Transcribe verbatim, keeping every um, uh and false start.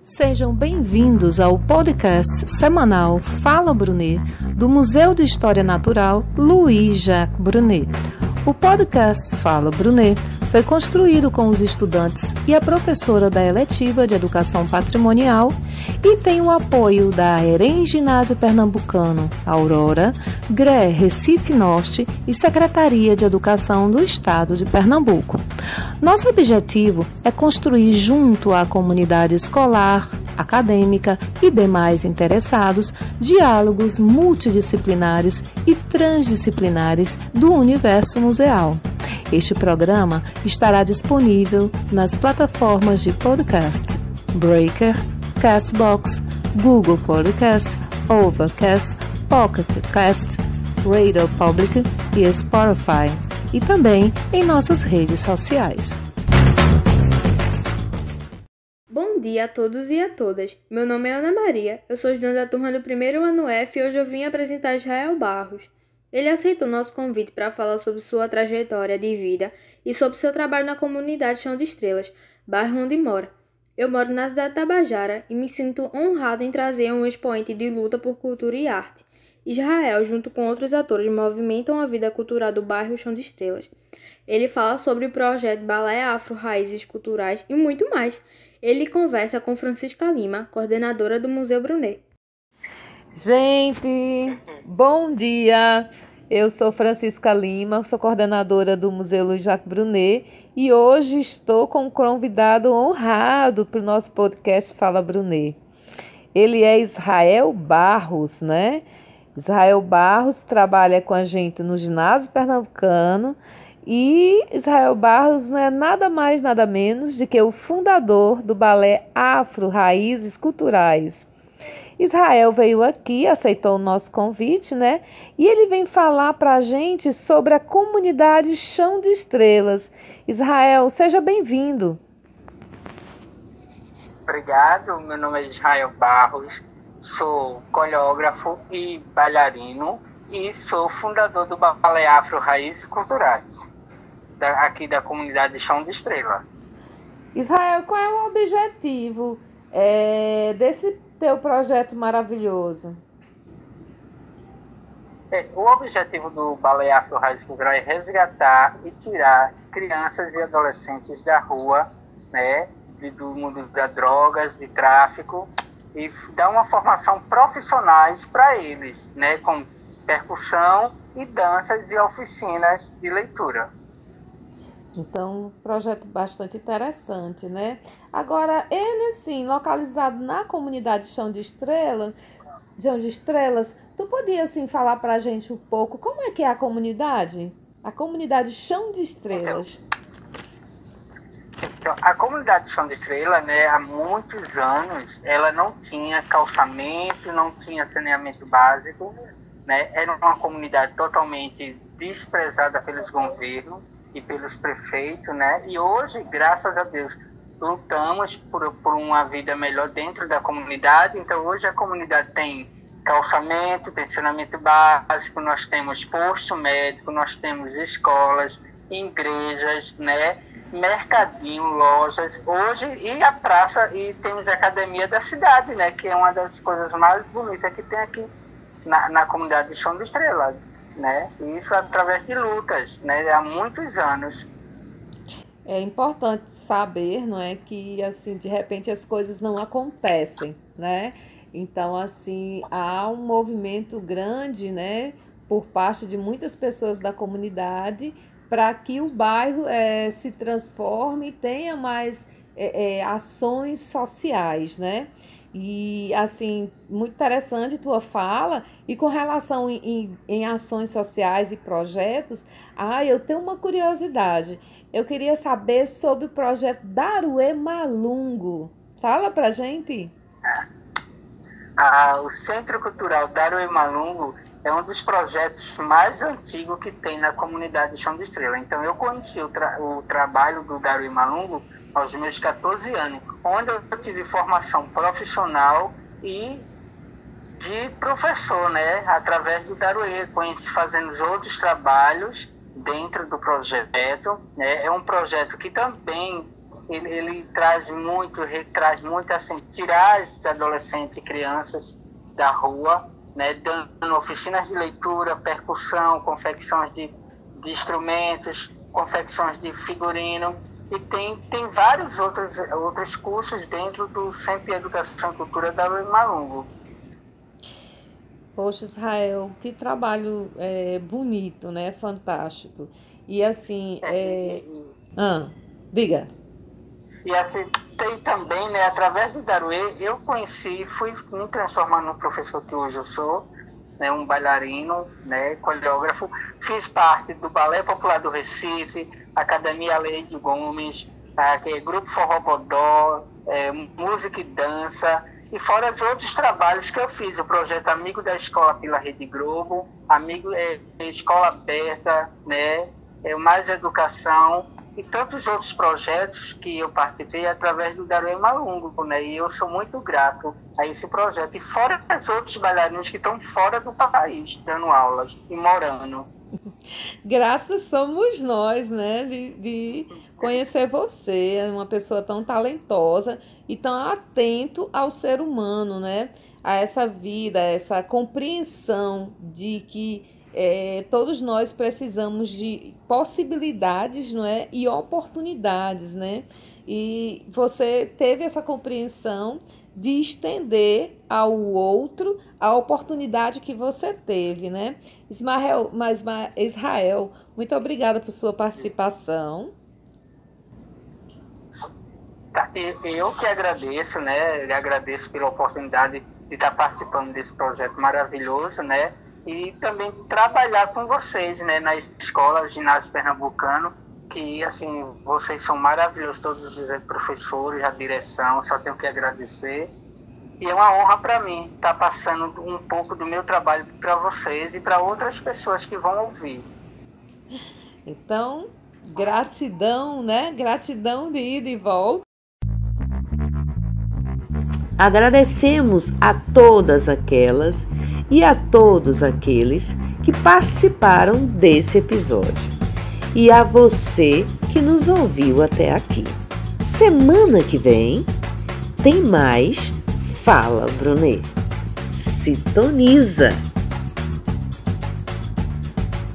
Sejam bem-vindos ao podcast semanal Fala Brunet, do Museu de História Natural Louis Jacques Brunet. O podcast Fala Brunet foi construído com os estudantes e a professora da eletiva de Educação Patrimonial e tem o apoio da EREM Ginásio Pernambucano, Aurora, G R E Recife Norte e Secretaria de Educação do Estado de Pernambuco. Nosso objetivo é construir junto à comunidade escolar, acadêmica e demais interessados diálogos multidisciplinares e transdisciplinares do universo museal. Este programa estará disponível nas plataformas de podcast Breaker, Castbox, Google Podcast, Overcast, Pocket Cast, Radio Public e Spotify, e também em nossas redes sociais. Bom dia a todos e a todas. Meu nome é Ana Maria, eu sou estudante da turma do primeiro ano F e hoje eu vim apresentar Israel Barros. Ele aceitou nosso convite para falar sobre sua trajetória de vida e sobre seu trabalho na comunidade Chão de Estrelas, bairro onde mora. Eu moro na cidade de Tabajara e me sinto honrada em trazer um expoente de luta por cultura e arte. Israel, junto com outros atores, movimentam a vida cultural do bairro Chão de Estrelas. Ele fala sobre o projeto Balé Afro Raízes Culturais e muito mais. Ele conversa com Francisca Lima, coordenadora do Museu Brunet. Gente, bom dia! Eu sou Francisca Lima, sou coordenadora do Museu Louis Jacques Brunet e hoje estou com um convidado honrado para o nosso podcast Fala Brunet. Ele é Israel Barros, né? Israel Barros trabalha com a gente no Ginásio Pernambucano e Israel Barros não é nada mais, nada menos do que o fundador do Balé Afro Raízes Culturais. Israel veio aqui, aceitou o nosso convite, né? E ele vem falar para a gente sobre a comunidade Chão de Estrelas. Israel, seja bem-vindo. Obrigado, meu nome é Israel Barros, sou coreógrafo e bailarino e sou fundador do Balé Afro Raízes Culturais, da, aqui da comunidade Chão de Estrela. Israel, qual é o objetivo é, desse teu projeto maravilhoso? É, o objetivo do Balé Afro Raízes Culturais é resgatar e tirar crianças e adolescentes da rua, né, de, do mundo das drogas, de tráfico, e dar uma formação profissionais para eles, né, com percussão e danças e oficinas de leitura. Então, um projeto bastante interessante, né? Agora, ele, assim, localizado na comunidade Chão de Estrelas, Chão de Estrelas, tu podia, assim, falar para a gente um pouco como é que é a comunidade? A comunidade Chão de Estrelas. Então, então a comunidade Chão de Estrela, né, há muitos anos, ela não tinha calçamento, não tinha saneamento básico, né? Era uma comunidade totalmente desprezada pelos governos e pelos prefeitos, né? E hoje, graças a Deus, lutamos por, por uma vida melhor dentro da comunidade. Então, hoje a comunidade tem calçamento, tem saneamento básico, nós temos posto médico, nós temos escolas, igrejas, né? Mercadinho, lojas, hoje, e a praça, e temos a academia da cidade, né? Que é uma das coisas mais bonitas que tem aqui na, na comunidade de Chão de Estrela. Né? E isso através de lutas, né? Há muitos anos. É importante saber, não é, que assim, de repente as coisas não acontecem, né? Então, assim, há um movimento grande, né, por parte de muitas pessoas da comunidade para que o bairro é, se transforme e tenha mais é, é, ações sociais, né? E, assim, muito interessante tua fala. E com relação em, em, em ações sociais e projetos, ah, eu tenho uma curiosidade. Eu queria saber sobre o projeto Daruê Malungo. Fala pra gente. Ah, o Centro Cultural Daruê Malungo é um dos projetos mais antigos que tem na comunidade de Chão de Estrela. Então, eu conheci o, tra- o trabalho do Daruê Malungo aos meus catorze anos, onde eu tive formação profissional e de professor, né, através do Daruê, conheci fazendo outros trabalhos dentro do projeto, né, é um projeto que também ele, ele traz muito, retraz muito, assim, tirar esses adolescentes e crianças da rua, né, dando oficinas de leitura, percussão, confecções de, de instrumentos, confecções de figurino, e tem, tem vários outros, outros cursos dentro do Centro de Educação e Cultura da Daruê Malungo. Poxa, Israel, que trabalho é, bonito, né? Fantástico. E assim, é... ah, diga. E assim, tem também, né, através do Daruê, eu conheci, fui me transformando no professor que hoje eu sou, né, um bailarino, né, coreógrafo. Fiz parte do Balé Popular do Recife, Academia Leide Gomes, a, que é Grupo Forró Bodó, é, Música e Dança, e fora os outros trabalhos que eu fiz, o projeto Amigo da Escola pela Rede Globo, Amigo é, Escola Aberta, né, é, Mais Educação, e tantos outros projetos que eu participei através do Daruê Malungo, né? E eu sou muito grato a esse projeto. E fora os outros bailarinos que estão fora do país, dando aulas e morando. Gratos somos nós, né? De, de conhecer você, uma pessoa tão talentosa e tão atento ao ser humano, né? A essa vida, a essa compreensão de que É, todos nós precisamos de possibilidades, não é? E oportunidades, né? E você teve essa compreensão de estender ao outro a oportunidade que você teve, né? Ismael, mas, Israel, muito obrigada por sua participação. Eu que agradeço, né? Eu agradeço pela oportunidade de estar participando desse projeto maravilhoso, né? E também trabalhar com vocês, né, na escola, ginásio pernambucano, que, assim, vocês são maravilhosos, todos os professores, a direção, só tenho que agradecer. E é uma honra para mim estar passando um pouco do meu trabalho para vocês e para outras pessoas que vão ouvir. Então, gratidão, né? Gratidão de ida e volta. Agradecemos a todas aquelas e a todos aqueles que participaram desse episódio. E a você que nos ouviu até aqui. Semana que vem tem mais Fala Brunet. Sintoniza!